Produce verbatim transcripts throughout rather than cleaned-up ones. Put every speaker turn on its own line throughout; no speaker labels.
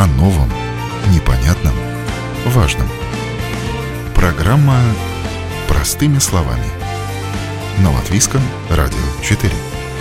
О новом, непонятном, важном. Программа «Простыми словами» на Латвийском радио четыре.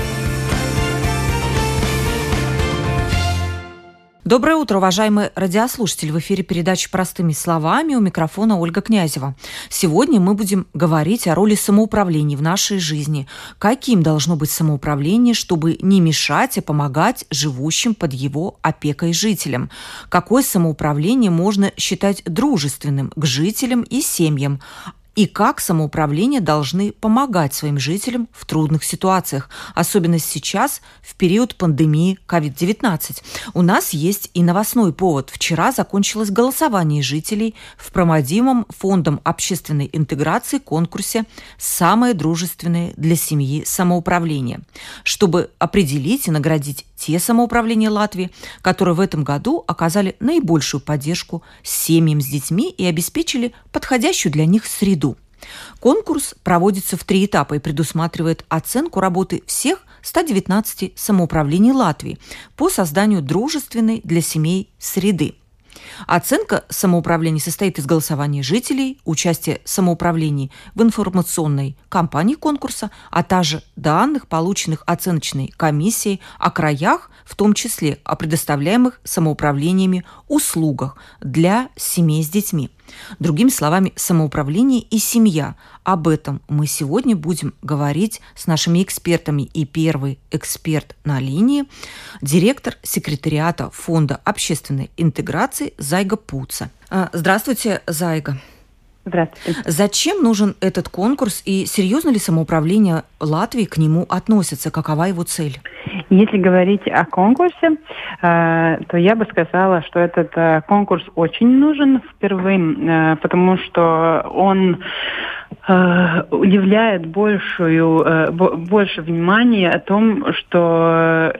Доброе утро, уважаемые радиослушатели! В эфире передача «Простыми словами», у микрофона Ольга Князева. Сегодня мы будем говорить о роли самоуправления в нашей жизни. Каким должно быть самоуправление, чтобы не мешать, а помогать живущим под его опекой жителям? Какое самоуправление можно считать дружественным к жителям и семьям? И как самоуправление должны помогать своим жителям в трудных ситуациях, особенно сейчас, в период пандемии ковид девятнадцать. У нас есть и новостной повод. Вчера закончилось голосование жителей в проводимом Фондом общественной интеграции конкурсе «Самое дружественное для семьи самоуправление», чтобы определить и наградить те самоуправления Латвии, которые в этом году оказали наибольшую поддержку семьям с детьми и обеспечили подходящую для них среду. Конкурс проводится в три этапа и предусматривает оценку работы всех ста девятнадцати самоуправлений Латвии по созданию дружественной для семей среды. Оценка самоуправлений состоит из голосования жителей, участия самоуправлений в информационной кампании конкурса, а также данных, полученных оценочной комиссией о краях, в том числе о предоставляемых самоуправлениями услугах для семей с детьми. Другими словами, самоуправление и семья. Об этом мы сегодня будем говорить с нашими экспертами. И первый эксперт на линии – директор секретариата Фонда общественной интеграции Зайга Пуца. Здравствуйте, Зайга.
Здравствуйте.
Зачем нужен этот конкурс и серьезно ли самоуправление Латвии к нему относится? Какова его цель?
Если говорить о конкурсе, то я бы сказала, что этот конкурс очень нужен впервые, потому что он уделяет большую, больше внимания о том, что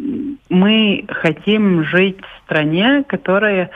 мы хотим жить в стране, которая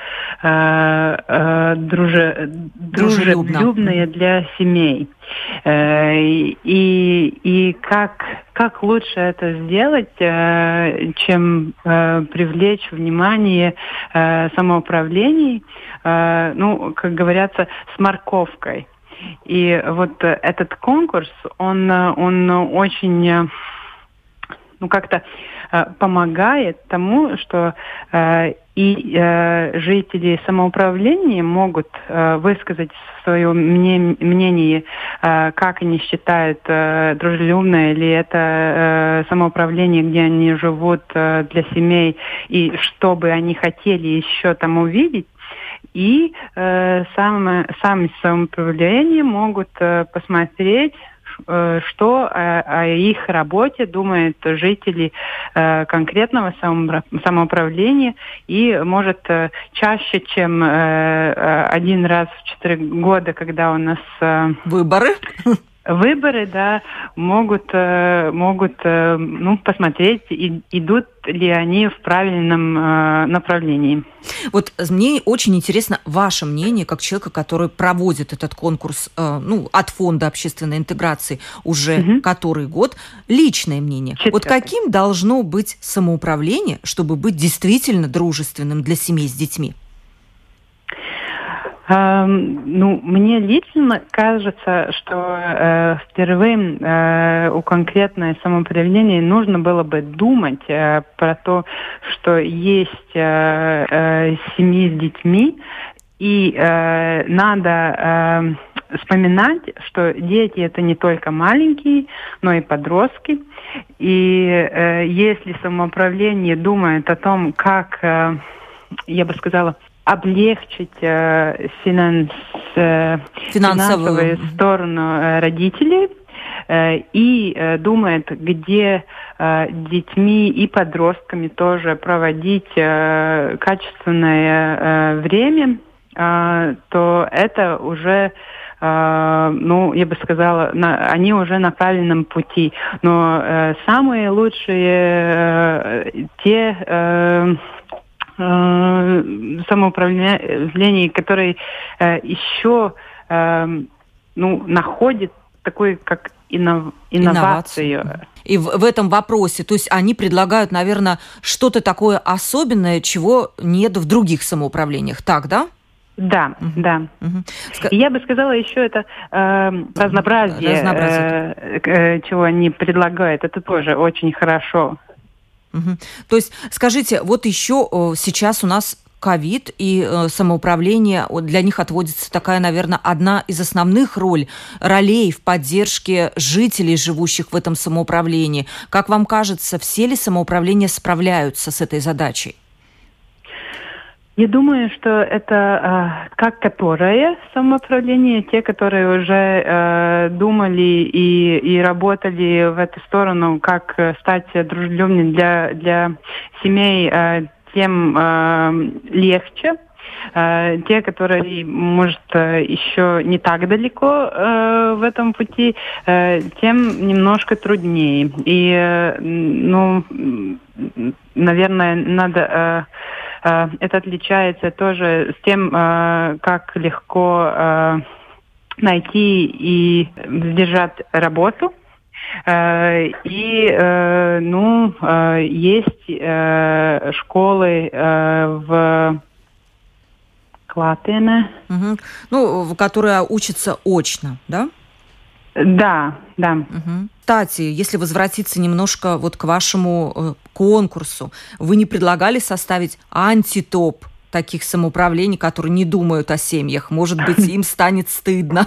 друже, дружелюбная для семей. И, и как, как лучше это сделать, чем привлечь внимание самоуправлений, ну, как говорится, с морковкой. И вот этот конкурс, он, он очень, ну, как-то помогает тому, что и э, жители самоуправления могут э, высказать свое мнение, э, как они считают, э, дружелюбное ли это э, самоуправление, где они живут, э, для семей, и что бы они хотели еще там увидеть. И э, сам, сами самоуправления могут э, посмотреть, что о, о их работе думают жители э, конкретного самоуправления, и может э, чаще, чем э, один раз в четыре года, когда у нас э,
выборы.
Выборы, да, могут, э, могут э, ну, посмотреть, и, идут ли они в правильном э, направлении.
Вот мне очень интересно ваше мнение, как человека, который проводит этот конкурс э, ну, от Фонда общественной интеграции уже угу. который год. Личное мнение. Четвертый. Вот каким должно быть самоуправление, чтобы быть действительно дружественным для семей с детьми?
Uh, ну, мне лично кажется, что uh, впервые uh, у конкретного самоуправления нужно было бы думать uh, про то, что есть uh, uh, семьи с детьми, и uh, надо uh, вспоминать, что дети это не только маленькие, но и подростки. И uh, если самоуправление думает о том, как, uh, я бы сказала, облегчить э, финанс, э, финансовую сторону э, родителей э, и э, думает, где э, детьми и подростками тоже проводить э, качественное э, время, э, то это уже, э, ну, я бы сказала, на, они уже на правильном пути. Но э, самые лучшие э, те э, самоуправление, которое э, еще э, ну, находит такой как иннов... инновацию.
И в, в этом вопросе, то есть они предлагают, наверное, что-то такое особенное, чего нет в других самоуправлениях, так, да?
Да, uh-huh. да. Uh-huh. Я бы сказала, еще это э, разнообразие, разнообразие. Э, э, чего они предлагают, это тоже очень хорошо.
Uh-huh. То есть, скажите, вот еще сейчас у нас ковид и э, самоуправление, для них отводится такая, наверное, одна из основных роль, ролей в поддержке жителей, живущих в этом самоуправлении. Как вам кажется, все ли самоуправления справляются с этой задачей?
Я думаю, что это э, как которое самоуправление, те, которые уже э, думали и, и работали в эту сторону, как стать дружелюбнее для, для семей, э, тем э, легче. Э, те, которые, может, еще не так далеко э, в этом пути, э, тем немножко труднее. И, э, ну, наверное, надо... Э, э, это отличается тоже с тем, э, как легко э, найти и сдержать работу. И, ну, есть школы в Клатене.
Угу. Ну, которые учатся очно, да?
Да, да.
Угу. Кстати, если возвратиться немножко вот к вашему конкурсу, вы не предлагали составить антитоп таких самоуправлений, которые не думают о семьях? Может быть, им станет стыдно?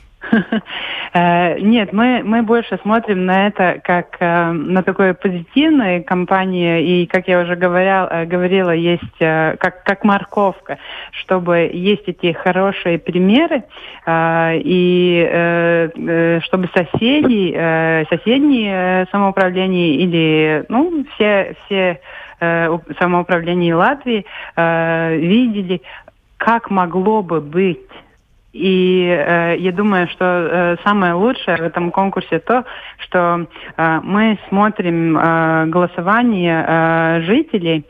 Нет, мы, мы больше смотрим на это как э, на такое позитивное кампанию, и, как я уже говорил, э, говорила, есть э, как, как морковка, чтобы есть эти хорошие примеры, э, и э, э, чтобы соседи, э, соседние самоуправления или ну, все, все э, самоуправления Латвии э, видели, как могло бы быть. И э, я думаю, что э, самое лучшее в этом конкурсе то, что э, мы смотрим э, голосование э, жителей,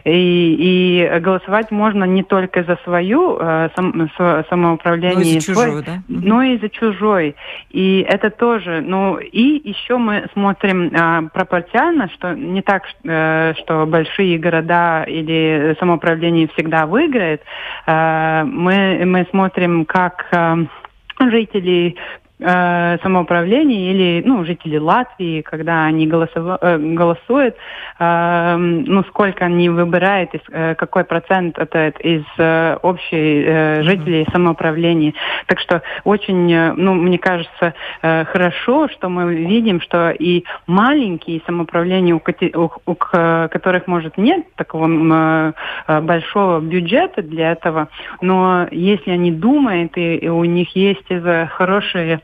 и, и голосовать можно не только за свою э, сам, самоуправление,
но и за чужой, да?
но и за чужой. И это тоже, ну, и еще мы смотрим э, пропорционально, что не так, э, что большие города или самоуправление всегда выиграет. Э, мы, мы смотрим, как как э, жители э, самоуправления или ну, жители Латвии, когда они голосов... э, голосуют, э, ну, сколько они выбирают, из, э, какой процент это из э, общей э, жителей самоуправления. Так что очень, э, ну, мне кажется, э, хорошо, что мы видим, что и маленькие самоуправления, у, у, у которых, может, нет такого э, большого бюджета для этого, но если они думают, и, и у них есть эти хорошие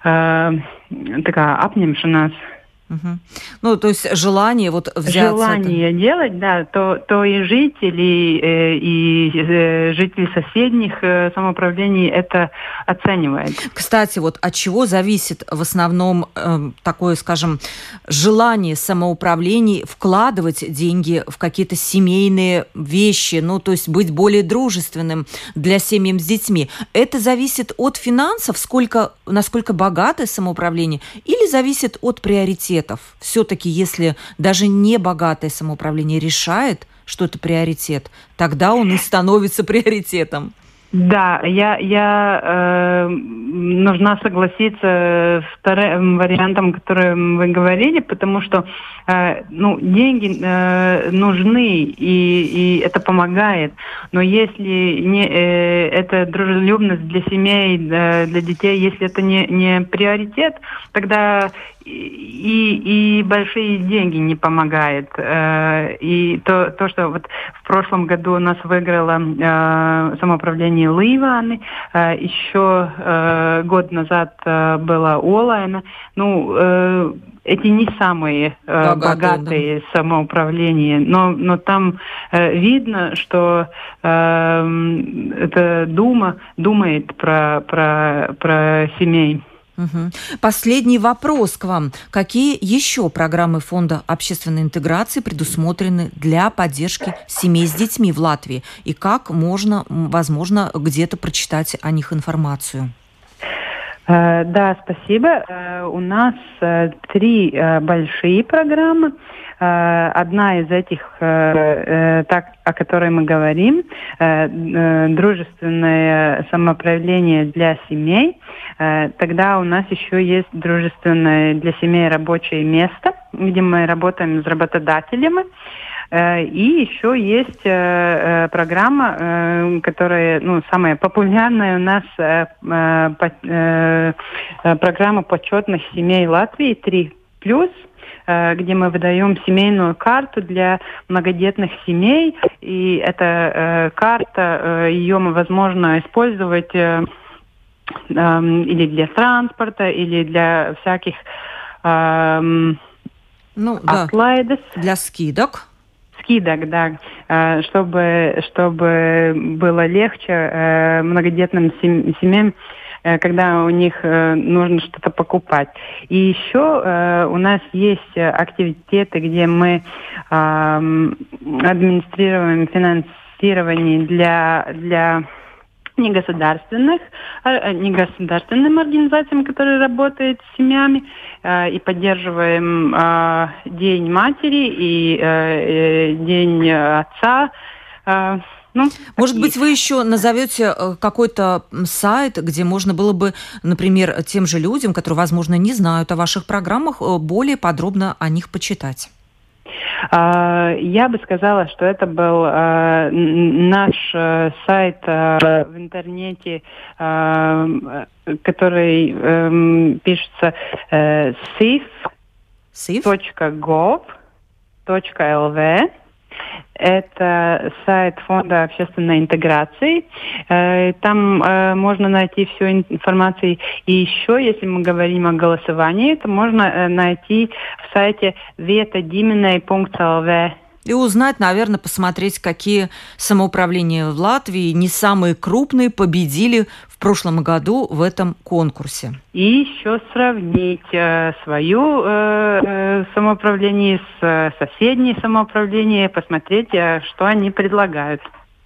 такая apņemšanās.
Угу. Ну, то есть желание вот взяться...
Желание это... делать, да, то, то и жители, э, и э, жители соседних э, самоуправлений это оценивают.
Кстати, вот от чего зависит в основном э, такое, скажем, желание самоуправлений вкладывать деньги в какие-то семейные вещи, ну, то есть быть более дружественным для семей с детьми? Это зависит от финансов, сколько, насколько богатое самоуправление, или зависит от приоритетов? Все-таки, если даже не богатое самоуправление решает, что это приоритет, тогда он и становится приоритетом.
Да, я, я э, нужна согласиться с вторым вариантом, которым вы говорили, потому что э, ну, деньги э, нужны, и, и это помогает. Но если не, э, это дружелюбность для семей, э, для детей, если это не, не приоритет, тогда и, и большие деньги не помогают. Э, и то, то, что вот в прошлом году у нас выиграло э, самоуправление Līvāni, э, еще э, год назад э, была Olaina. Ну, э, эти не самые э, богатые, богатые да. самоуправления, но, но там э, видно, что э, эта Дума думает про, про, про семей.
Угу. Последний вопрос к вам. Какие еще программы Фонда общественной интеграции предусмотрены для поддержки семей с детьми в Латвии? И как можно, возможно, где-то прочитать о них информацию?
Да, спасибо. У нас три большие программы. Одна из этих, так, о которой мы говорим, дружественное самоуправление для семей. Тогда у нас еще есть дружественное для семей рабочее место, где мы работаем с работодателями. И еще есть э, программа, э, которая, ну, самая популярная у нас, э, э, э, программа почетных семей Латвии три плюс, э, где мы выдаем семейную карту для многодетных семей. И эта э, карта, э, ее возможно использовать э, э, или для транспорта, или для всяких э,
ну, да.
отлайдес.
Для скидок.
Скидок, да, чтобы, чтобы было легче многодетным семьям, когда у них нужно что-то покупать. И еще у нас есть активитеты, где мы администрируем финансирование для, для негосударственных, негосударственным организациям, которые работают с семьями, и поддерживаем э, День матери и э, День отца. Э, ну,
Может
такие.
быть, вы еще назовете какой-то сайт, где можно было бы, например, тем же людям, которые, возможно, не знают о ваших программах, более подробно о них почитать?
Я бы сказала, что это был э, наш э, сайт э, в интернете, э, который э, пишется э, сиф точка гов точка эл ви. Это сайт Фонда общественной интеграции. Там э, можно найти всю информацию. И еще, если мы говорим о голосовании, то можно э, найти в сайте vietadimenei точка эл ви.
И узнать, наверное, посмотреть, какие самоуправления в Латвии, не самые крупные, победили в прошлом году в этом конкурсе.
И еще сравнить э, свое э, самоуправление с э, соседним самоуправлением, посмотреть, э, что они предлагают.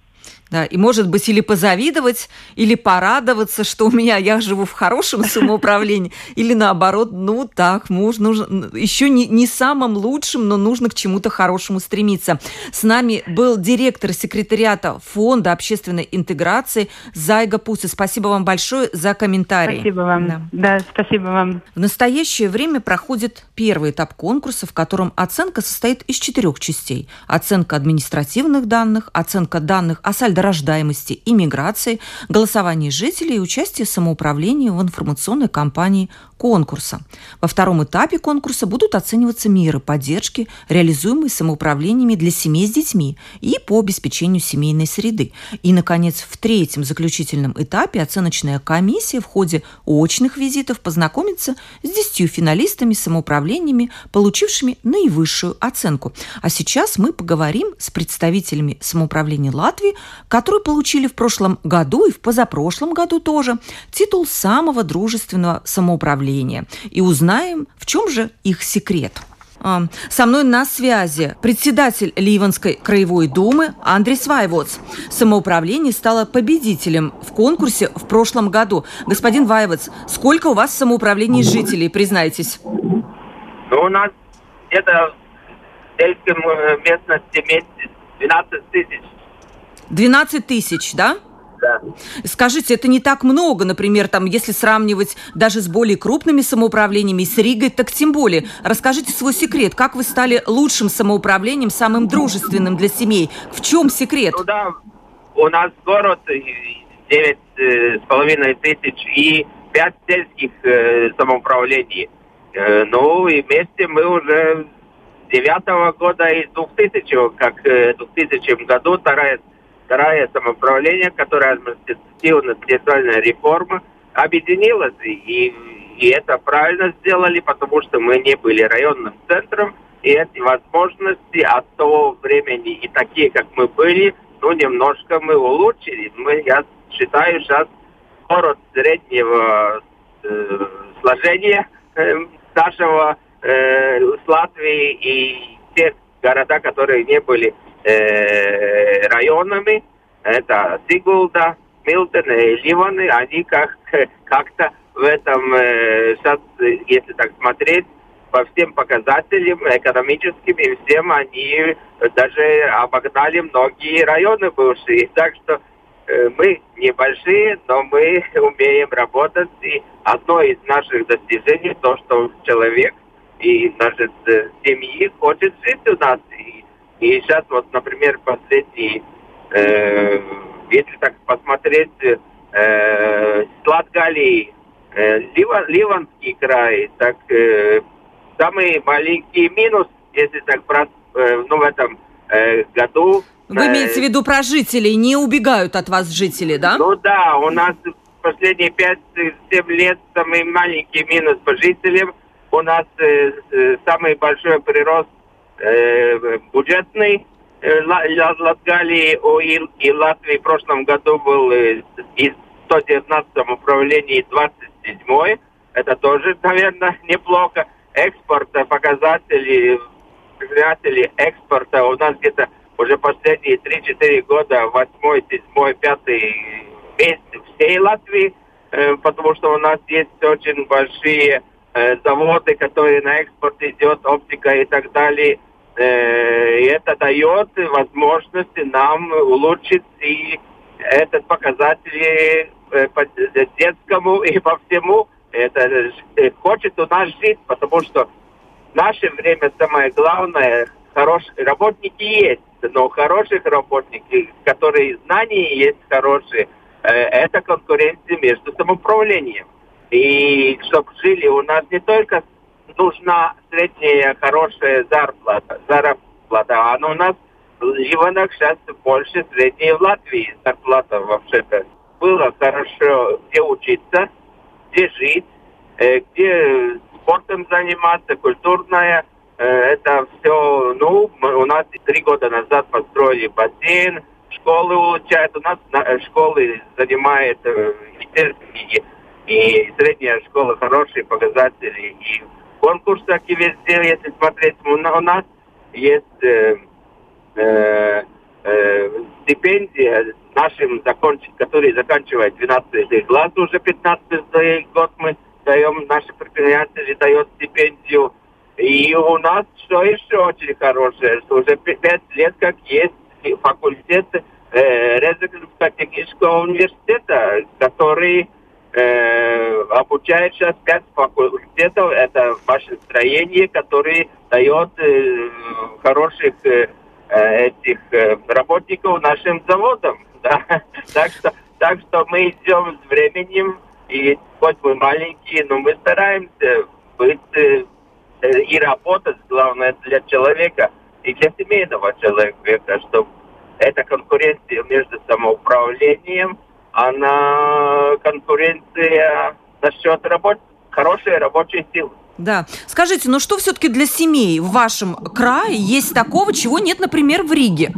Да, и, может быть, или позавидовать, или порадоваться, что у меня, я живу в хорошем самоуправлении, или наоборот, ну так, можно, еще не, не самым лучшим, но нужно к чему-то хорошему стремиться. С нами был директор секретариата Фонда общественной интеграции Зайга Пуци. Спасибо вам большое за комментарии.
Спасибо вам. Да. да, спасибо вам.
В настоящее время проходит первый этап конкурса, в котором оценка состоит из четырех частей. Оценка административных данных, оценка данных о сальдо рождаемости и миграции, голосование жителей и участие самоуправления в информационной кампании конкурса. Во втором этапе конкурса будут оцениваться меры поддержки, реализуемые самоуправлениями для семей с детьми и по обеспечению семейной среды. И, наконец, в третьем заключительном этапе оценочная комиссия в ходе очных визитов познакомится с десятью финалистами самоуправлениями, получившими наивысшую оценку. А сейчас мы поговорим с представителями самоуправления Латвии, которые получили в прошлом году и в позапрошлом году тоже титул самого дружественного самоуправления. И узнаем, в чем же их секрет. Со мной на связи председатель Ливанской краевой думы Андрис Вайводс. Самоуправление стало победителем в конкурсе в прошлом году. Господин Вайводс, сколько у вас самоуправлений жителей, признайтесь?
Ну, у нас где-то в сельской местности двенадцать тысяч.
двенадцать тысяч, да?
Да.
Скажите, это не так много, например, там, если сравнивать даже с более крупными самоуправлениями, с Ригой, так тем более. Расскажите свой секрет, как вы стали лучшим самоуправлением, самым дружественным для семей? В чем секрет?
Ну да, у нас город девять с половиной тысяч и пять сельских э, самоуправлений. Э, ну и вместе мы уже с девятого года и двухтысячного, как э, в двухтысячном году вторая Второе самоуправление, которое административно-территориальная реформа, объединилось. И, и это правильно сделали, потому что мы не были районным центром. И эти возможности от того времени и такие, как мы были, ну, немножко мы улучшили. Мы, я считаю, сейчас город среднего э, сложения э, нашего э, с Латвии и тех города, которые не были районами, это Сигулда, Милтон и Ливаны, они как, как-то в этом, э, сейчас, если так смотреть, по всем показателям экономическим и всем, они даже обогнали многие районы бывшие. Так что э, мы небольшие, но мы умеем работать. И одно из наших достижений то, что человек и наша семьи хочет жить у нас. И, и сейчас вот, например, последний, э, если так посмотреть, э, Латгалии, э, Ливан, Ливанский край, так э, самый маленький минус, если так брать, э, ну, в этом э, году.
Вы
э,
имеете в виду про жителей, не убегают от вас жители, да?
Ну да, у нас последние пять-семь лет самый маленький минус по жителям. У нас э, э, самый большой прирост э, бюджетный э, Латгалии и, и Латвии в прошлом году был э, из сто девятнадцатом управлении двадцать седьмой. Это тоже, наверное, неплохо. Экспорта, показатели, показатели экспорта у нас где-то уже последние три-четыре года, восьмой, седьмой, пятый месяц всей Латвии, э, потому что у нас есть очень большие э, заводы, которые на экспорт идет, оптика и так далее. Э, и это дает возможности нам улучшить и этот показатель э, по детскому и по всему. Это хочет у нас жить, потому что в наше время самое главное, хорошие работники есть, но хороших работников, которые знания есть хорошие, это конкуренция между самоуправлением. И чтобы жили у нас не только нужна средняя хорошая зарплата, зарплата, а у нас в Ливанах сейчас больше средней в Латвии зарплата вообще-то. Было хорошо где учиться, где жить, где спортом заниматься, культурное. Это все, ну, мы, у нас три года назад построили бассейн, школы улучшают. У нас на, школы занимает и, и средняя школа хорошие показатели. И в конкурсах и везде, если смотреть, у, у нас есть э, э, э, стипендия нашим, закончить, которые заканчивают двенадцатый класс, уже пятнадцатый год мы даем, наши предприниматели дают стипендию. И у нас что еще очень хорошее, что уже пять лет как есть факультет э, Резекнского технического университета, который э, обучает сейчас пять факультетов. Это машиностроение, которое дает э, хороших э, этих э, работников нашим заводам. Да? Так что, так что мы идем с временем, и хоть мы маленькие, но мы стараемся быть э, и работать, главное, для человека и для семейного человека, чтобы эта конкуренция между самоуправлением, она конкуренция насчет работ... хорошей рабочей силы.
Да. Скажите, ну что все-таки для семей в вашем крае есть такого, чего нет, например, в Риге?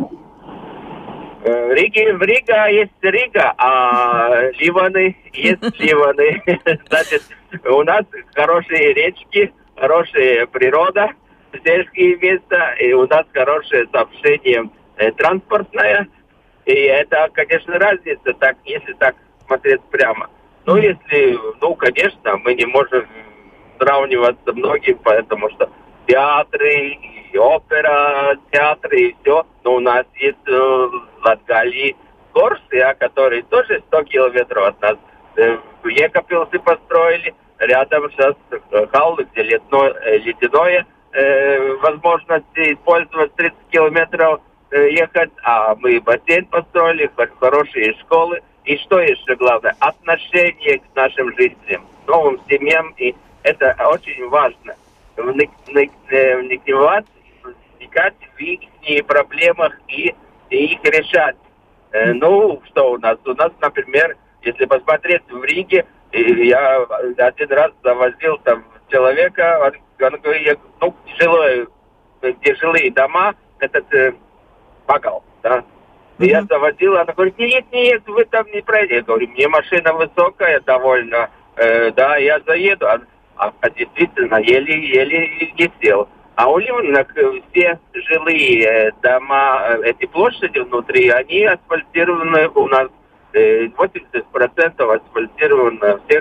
В Риге, в Рига есть Рига, а Ливаны есть Ливаны. Значит, у нас хорошие речки, хорошая природа, сельские места, и у нас хорошее сообщение э, транспортное. И это, конечно, разница, так, если так смотреть прямо. Ну, если, ну, конечно, мы не можем сравниваться многим, потому что театры, и опера, театры, и все. Но у нас есть э, в Латгалии Корсия, который тоже сто километров от нас. Э, в Екапилсе построили. Рядом сейчас Халлы, где ледное, ледяное э, возможности использовать тридцать километров э, ехать, а мы бассейн построили, хорошие школы. И что еще главное? Отношение к нашим жителям, новым семьям, и это очень важно. Вник, вник, вникать, вникать в их проблемах и, и их решать. Э, ну, что у нас? У нас, например, если посмотреть в Риге, я один раз завозил там человека, он, он говорит, ну, жилой, где жилые дома, этот э, погал, да. И mm-hmm. я заводил, она говорит, нет, нет, вы там не пройдете. Я говорю, мне машина высокая довольно, э, да, я заеду. А, а действительно, еле-еле не сел. А у Ливанок все жилые дома, эти площади внутри, они асфальтированы у нас. восемьдесят процентов асфальтировано всех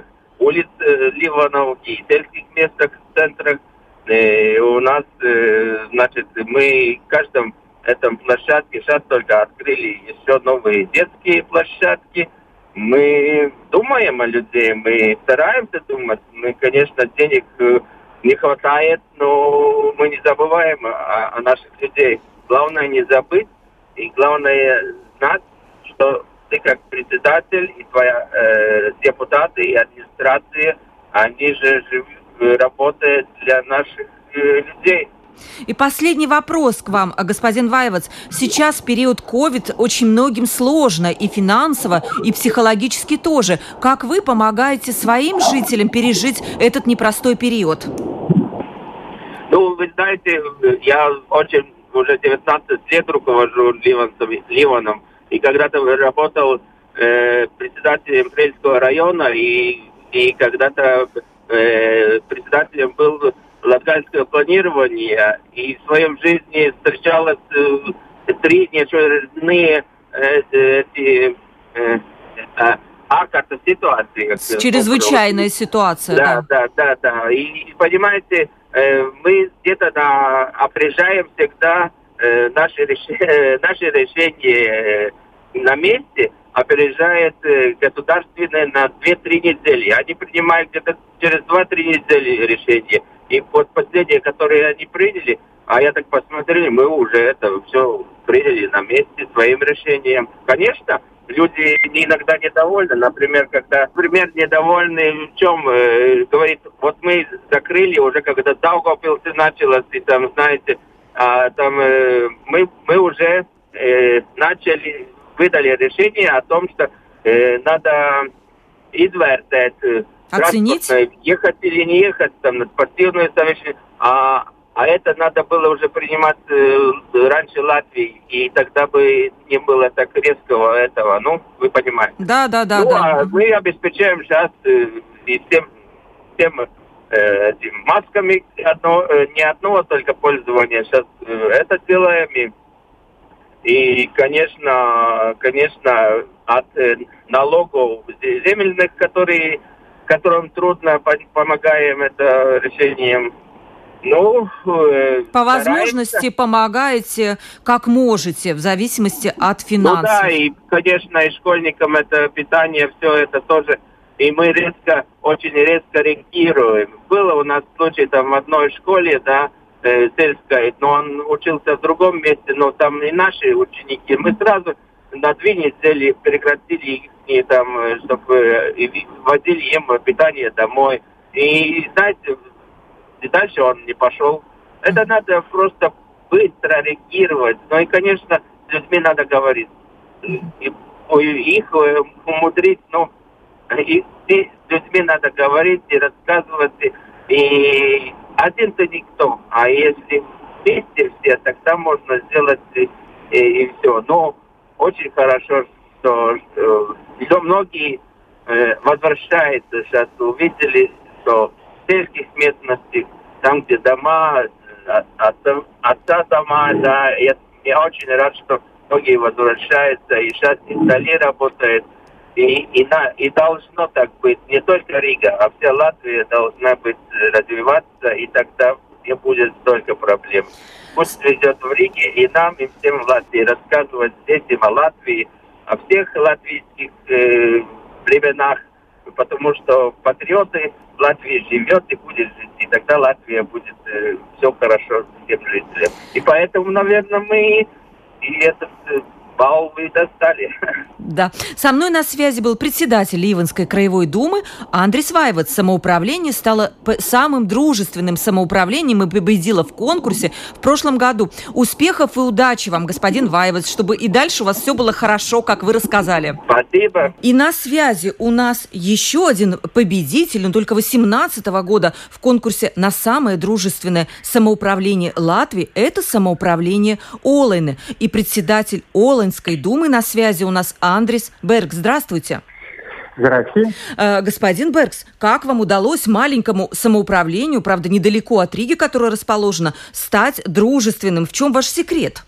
улиц Ливанов и сельских местах, центрах. И у нас, значит, мы в каждом этом площадке сейчас только открыли еще новые детские площадки. Мы думаем о людей, мы стараемся думать. Мы, конечно, денег не хватает, но мы не забываем о, о наших людей. Главное не забыть, и главное знать, что ты как председатель и твоя э, депутаты и администрация, они же жив, работают для наших э, людей.
И последний вопрос к вам, господин Вайвац. Сейчас в период ковид очень многим сложно и финансово, и психологически тоже. Как вы помогаете своим жителям пережить этот непростой период?
Ну, вы знаете, я очень уже девятнадцать лет руковожу Ливанцем, Ливаном, и когда-то работал э, председателем Прельского района, и, и когда-то э, председателем был латгальского планирования, и в своей жизни встречалось э, три неочередные э, эти э, э, акты ситуации.
Чрезвычайная ситуация,
да. Да, да, да, да. И понимаете, э, мы где-то на, опережаем всегда э, наши, решения, наши решения на месте, опережает э, государственные на две-три недели. Они принимают где-то через два-три недели решения. И вот последнее, которое они приняли, а я так посмотрел, мы уже это все приняли на месте своим решением. Конечно, люди иногда недовольны. Например, когда, например, недовольны в чем? Э, говорит, вот мы закрыли уже, когда Даугавпилсе началось, и там, знаете, а, там э, мы, мы уже э, начали, выдали решение о том, что э, надо извертать,
оценить,
ехать или не ехать там, на спортивное совещание, а, а это надо было уже принимать э, раньше Латвии, и тогда бы не было так резкого этого, ну, вы понимаете.
Да, да, да.
Ну,
да.
А мы обеспечаем сейчас э, и всем, всем э, этим масками одно, э, не одного только пользования, сейчас э, это делаем, и, и конечно, конечно, от э, налогов земельных, которые которым трудно, помогаем это решением. Ну, э,
по возможности стараемся. Помогаете как можете, в зависимости от финансов.
Ну да, и, конечно, и школьникам это питание, все это тоже. И мы резко, очень резко реагируем. Было у нас случай там в одной школе, да, э, сельской, но он учился в другом месте, но там и наши ученики. Мы сразу на две недели прекратили их, там, чтобы возили им питание домой. И, знаете, и дальше он не пошел. Это надо просто быстро реагировать. Ну и, конечно, с людьми надо говорить. И, их умудрить, ну, и с людьми надо говорить и рассказывать. И один-то никто. А если вместе все, тогда можно сделать и, и все. Но очень хорошо, что, что многие э, возвращаются сейчас, увидели, что в сельских местностях, там, где дома, отца, отца дома, да, я, я очень рад, что многие возвращаются, и сейчас и Дали работает, и, и, на, и должно так быть. Не только Рига, а вся Латвия должна быть, развиваться, и тогда не будет столько проблем. Пусть везет в Риге, и нам, и всем в Латвии рассказывать здесь им о Латвии, о всех латвийских э, племенах, потому что патриоты в Латвии живет и будет жить, и тогда Латвия будет э, все хорошо всем жителям. И поэтому, наверное, мы и этот э, бал вы достали.
Да. Со мной на связи был председатель Ливанской краевой думы Андрис Вайвац. Самоуправление стало самым дружественным самоуправлением и победило в конкурсе в прошлом году. Успехов и удачи вам, господин Вайвац, чтобы и дальше у вас все было хорошо, как вы рассказали.
Спасибо.
И на связи у нас еще один победитель, но только восемнадцатого года в конкурсе на самое дружественное самоуправление Латвии. Это самоуправление Олайны. И председатель Олайнской думы на связи у нас Андрис Беркс. Здравствуйте.
Здравствуйте.
Э, господин Беркс, как вам удалось маленькому самоуправлению, правда, недалеко от Риги, которое расположено, стать дружественным? В чем ваш секрет?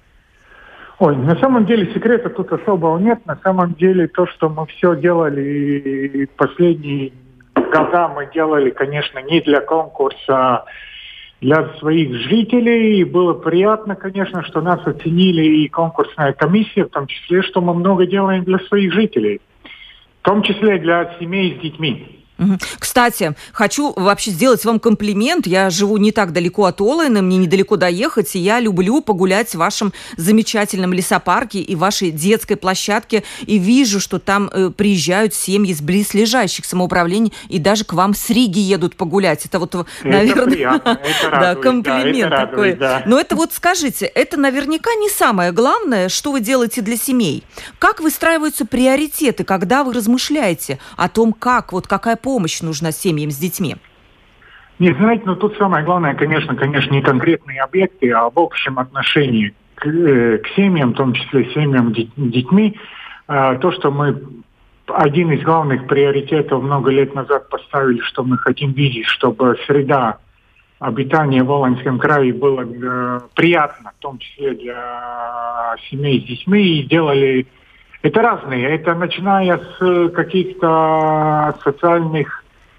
Ой, на самом деле секрета тут особого нет. На самом деле то, что мы все делали последние года мы делали, конечно, не для конкурса, а для своих жителей. И было приятно, конечно, что нас оценили и конкурсная комиссия, в том числе, что мы много делаем для своих жителей, в том числе для семей с детьми.
Кстати, хочу вообще сделать вам комплимент. Я живу не так далеко от Олэйна, мне недалеко доехать, и я люблю погулять в вашем замечательном лесопарке и вашей детской площадке, и вижу, что там э, приезжают семьи с близлежащих самоуправлений, и даже к вам с Риги едут погулять. Это вот, наверное,
это приятно, это радует,
да, комплимент
да, это
такой.
радует, да.
Но это вот скажите, это наверняка не самое главное, что вы делаете для семей. Как выстраиваются приоритеты, когда вы размышляете о том, как, вот какая помощь нужна семьям с детьми?
Не, знаете, но тут самое главное, конечно, конечно, не конкретные объекты, а в общем отношении к, э, к семьям, в том числе семьям с детьми. Э, то, что мы один из главных приоритетов много лет назад поставили, что мы хотим видеть, чтобы среда обитания в Волынском крае была э, приятна, в том числе для семей с детьми, и делали это разные. Это начиная с каких-то социальных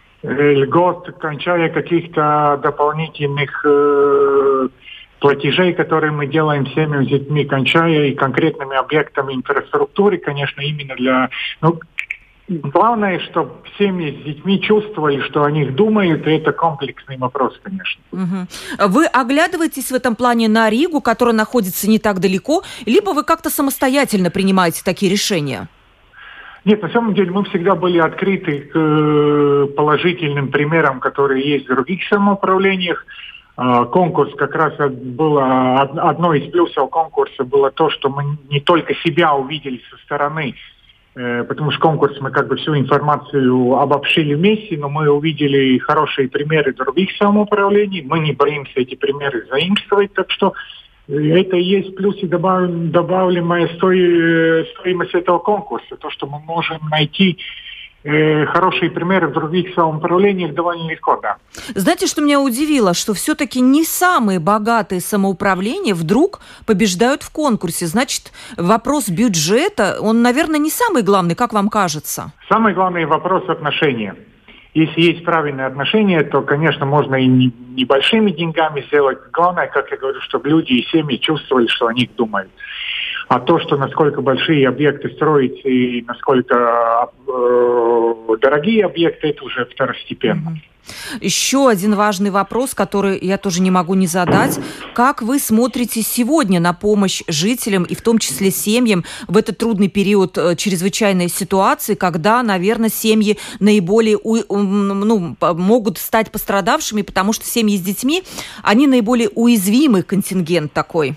льгот, кончая каких-то дополнительных э, платежей, которые мы делаем семьям с детьми, кончая и конкретными объектами инфраструктуры, конечно, именно для... Ну, главное, чтобы семьи с детьми чувствовали, что о них думают, и это комплексный вопрос, конечно.
Угу. Вы оглядываетесь в этом плане на Ригу, которая находится не так далеко, либо вы как-то самостоятельно принимаете такие решения?
Нет, на самом деле мы всегда были открыты к положительным примерам, которые есть в других самоуправлениях. Конкурс как раз было, одно из плюсов конкурса было то, что мы не только себя увидели со стороны, потому что конкурс мы как бы всю информацию обобщили вместе, но мы увидели хорошие примеры других самоуправлений, мы не боимся эти примеры заимствовать, так что это и есть плюс и добав, добавляемая стоимость этого конкурса. То, что мы можем найти э, хорошие примеры в других самоуправлениях, довольно легко, да.
Знаете, что меня удивило? Что все-таки не самые богатые самоуправления вдруг побеждают в конкурсе. Значит, вопрос бюджета, он, наверное, не самый главный, как вам кажется?
Самый главный вопрос отношения. Если есть правильные отношения, то, конечно, можно и небольшими деньгами сделать. Главное, как я говорю, чтобы люди и семьи чувствовали, что о них думают. А то, что насколько большие объекты строить и насколько э, дорогие объекты, это уже второстепенно.
Еще один важный вопрос, который я тоже не могу не задать. Как вы смотрите сегодня на помощь жителям и в том числе семьям в этот трудный период чрезвычайной ситуации, когда, наверное, семьи наиболее ну, могут стать пострадавшими, потому что семьи с детьми, они наиболее уязвимый контингент такой?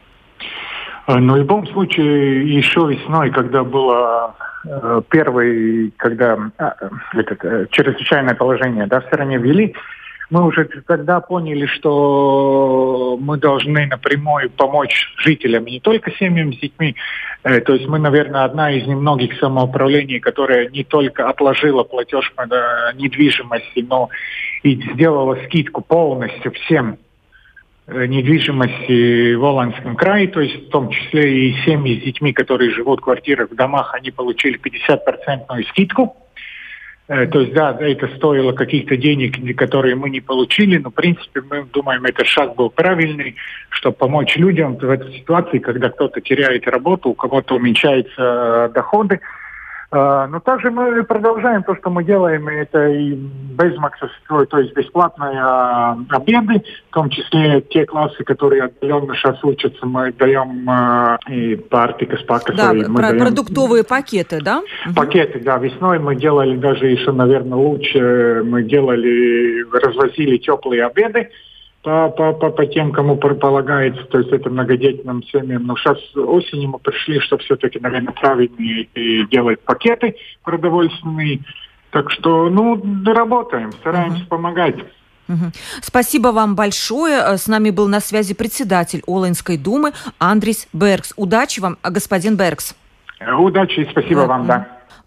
Но в любом случае, еще весной, когда было э, первый, когда э, это, чрезвычайное положение, да, в стране ввели, мы уже тогда поняли, что мы должны напрямую помочь жителям, не только семьям с детьми. Э, то есть мы, наверное, одна из немногих самоуправлений, которая не только отложила платеж по да, недвижимости, но и сделала скидку полностью всем недвижимости в Волынском крае, то есть в том числе и семьи с детьми, которые живут в квартирах, в домах, они получили пятьдесят процентов скидку. То есть, да, это стоило каких-то денег, которые мы не получили, но, в принципе, мы думаем, этот шаг был правильный, чтобы помочь людям в этой ситуации, когда кто-то теряет работу, у кого-то уменьшаются доходы. Но также мы продолжаем то, что мы делаем, это и безмаксовые, то есть бесплатные обеды, в том числе те классы, которые отдаленно сейчас учатся, мы даем и партикас, пакасы.
Да,
мы
про-
даем
продуктовые пакеты, да?
Пакеты, да. Весной мы делали даже еще, наверное, лучше, мы делали, развозили теплые обеды по, по, по, по тем, кому полагается, то есть это многодетным семьям. Но сейчас осенью мы пришли, что все-таки, наверное, правильнее делать пакеты продовольственные. Так что, ну, работаем, стараемся uh-huh. помогать.
Uh-huh. Спасибо вам большое. С нами был на связи председатель Олэйнской думы Андрис Беркс. Удачи вам, господин Беркс.
Удачи и спасибо uh-huh. вам, да.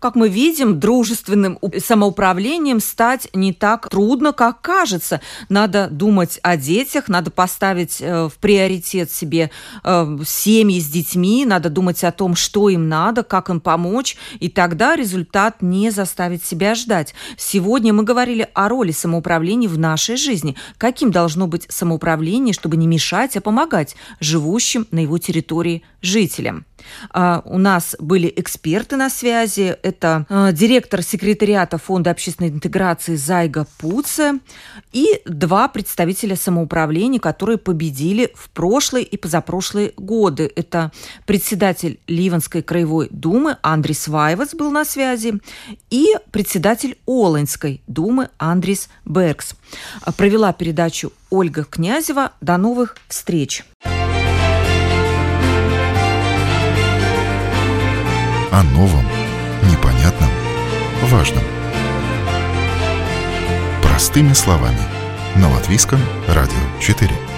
как мы видим, дружественным самоуправлением стать не так трудно, как кажется. Надо думать о детях, надо поставить в приоритет себе семьи с детьми, надо думать о том, что им надо, как им помочь, и тогда результат не заставит себя ждать. Сегодня мы говорили о роли самоуправления в нашей жизни. Каким должно быть самоуправление, чтобы не мешать, а помогать живущим на его территории жителям? У нас были эксперты на связи. Это директор секретариата Фонда общественной интеграции Зайга Пуце и два представителя самоуправления, которые победили в прошлые и позапрошлые годы. Это председатель Ливенской краевой думы Андрис Вайвац был на связи и председатель Оланской думы Андрис Беркс. Провела передачу Ольга Князева. До новых встреч!
О новом, непонятном, важном. Простыми словами. На Латвийском радио четыре.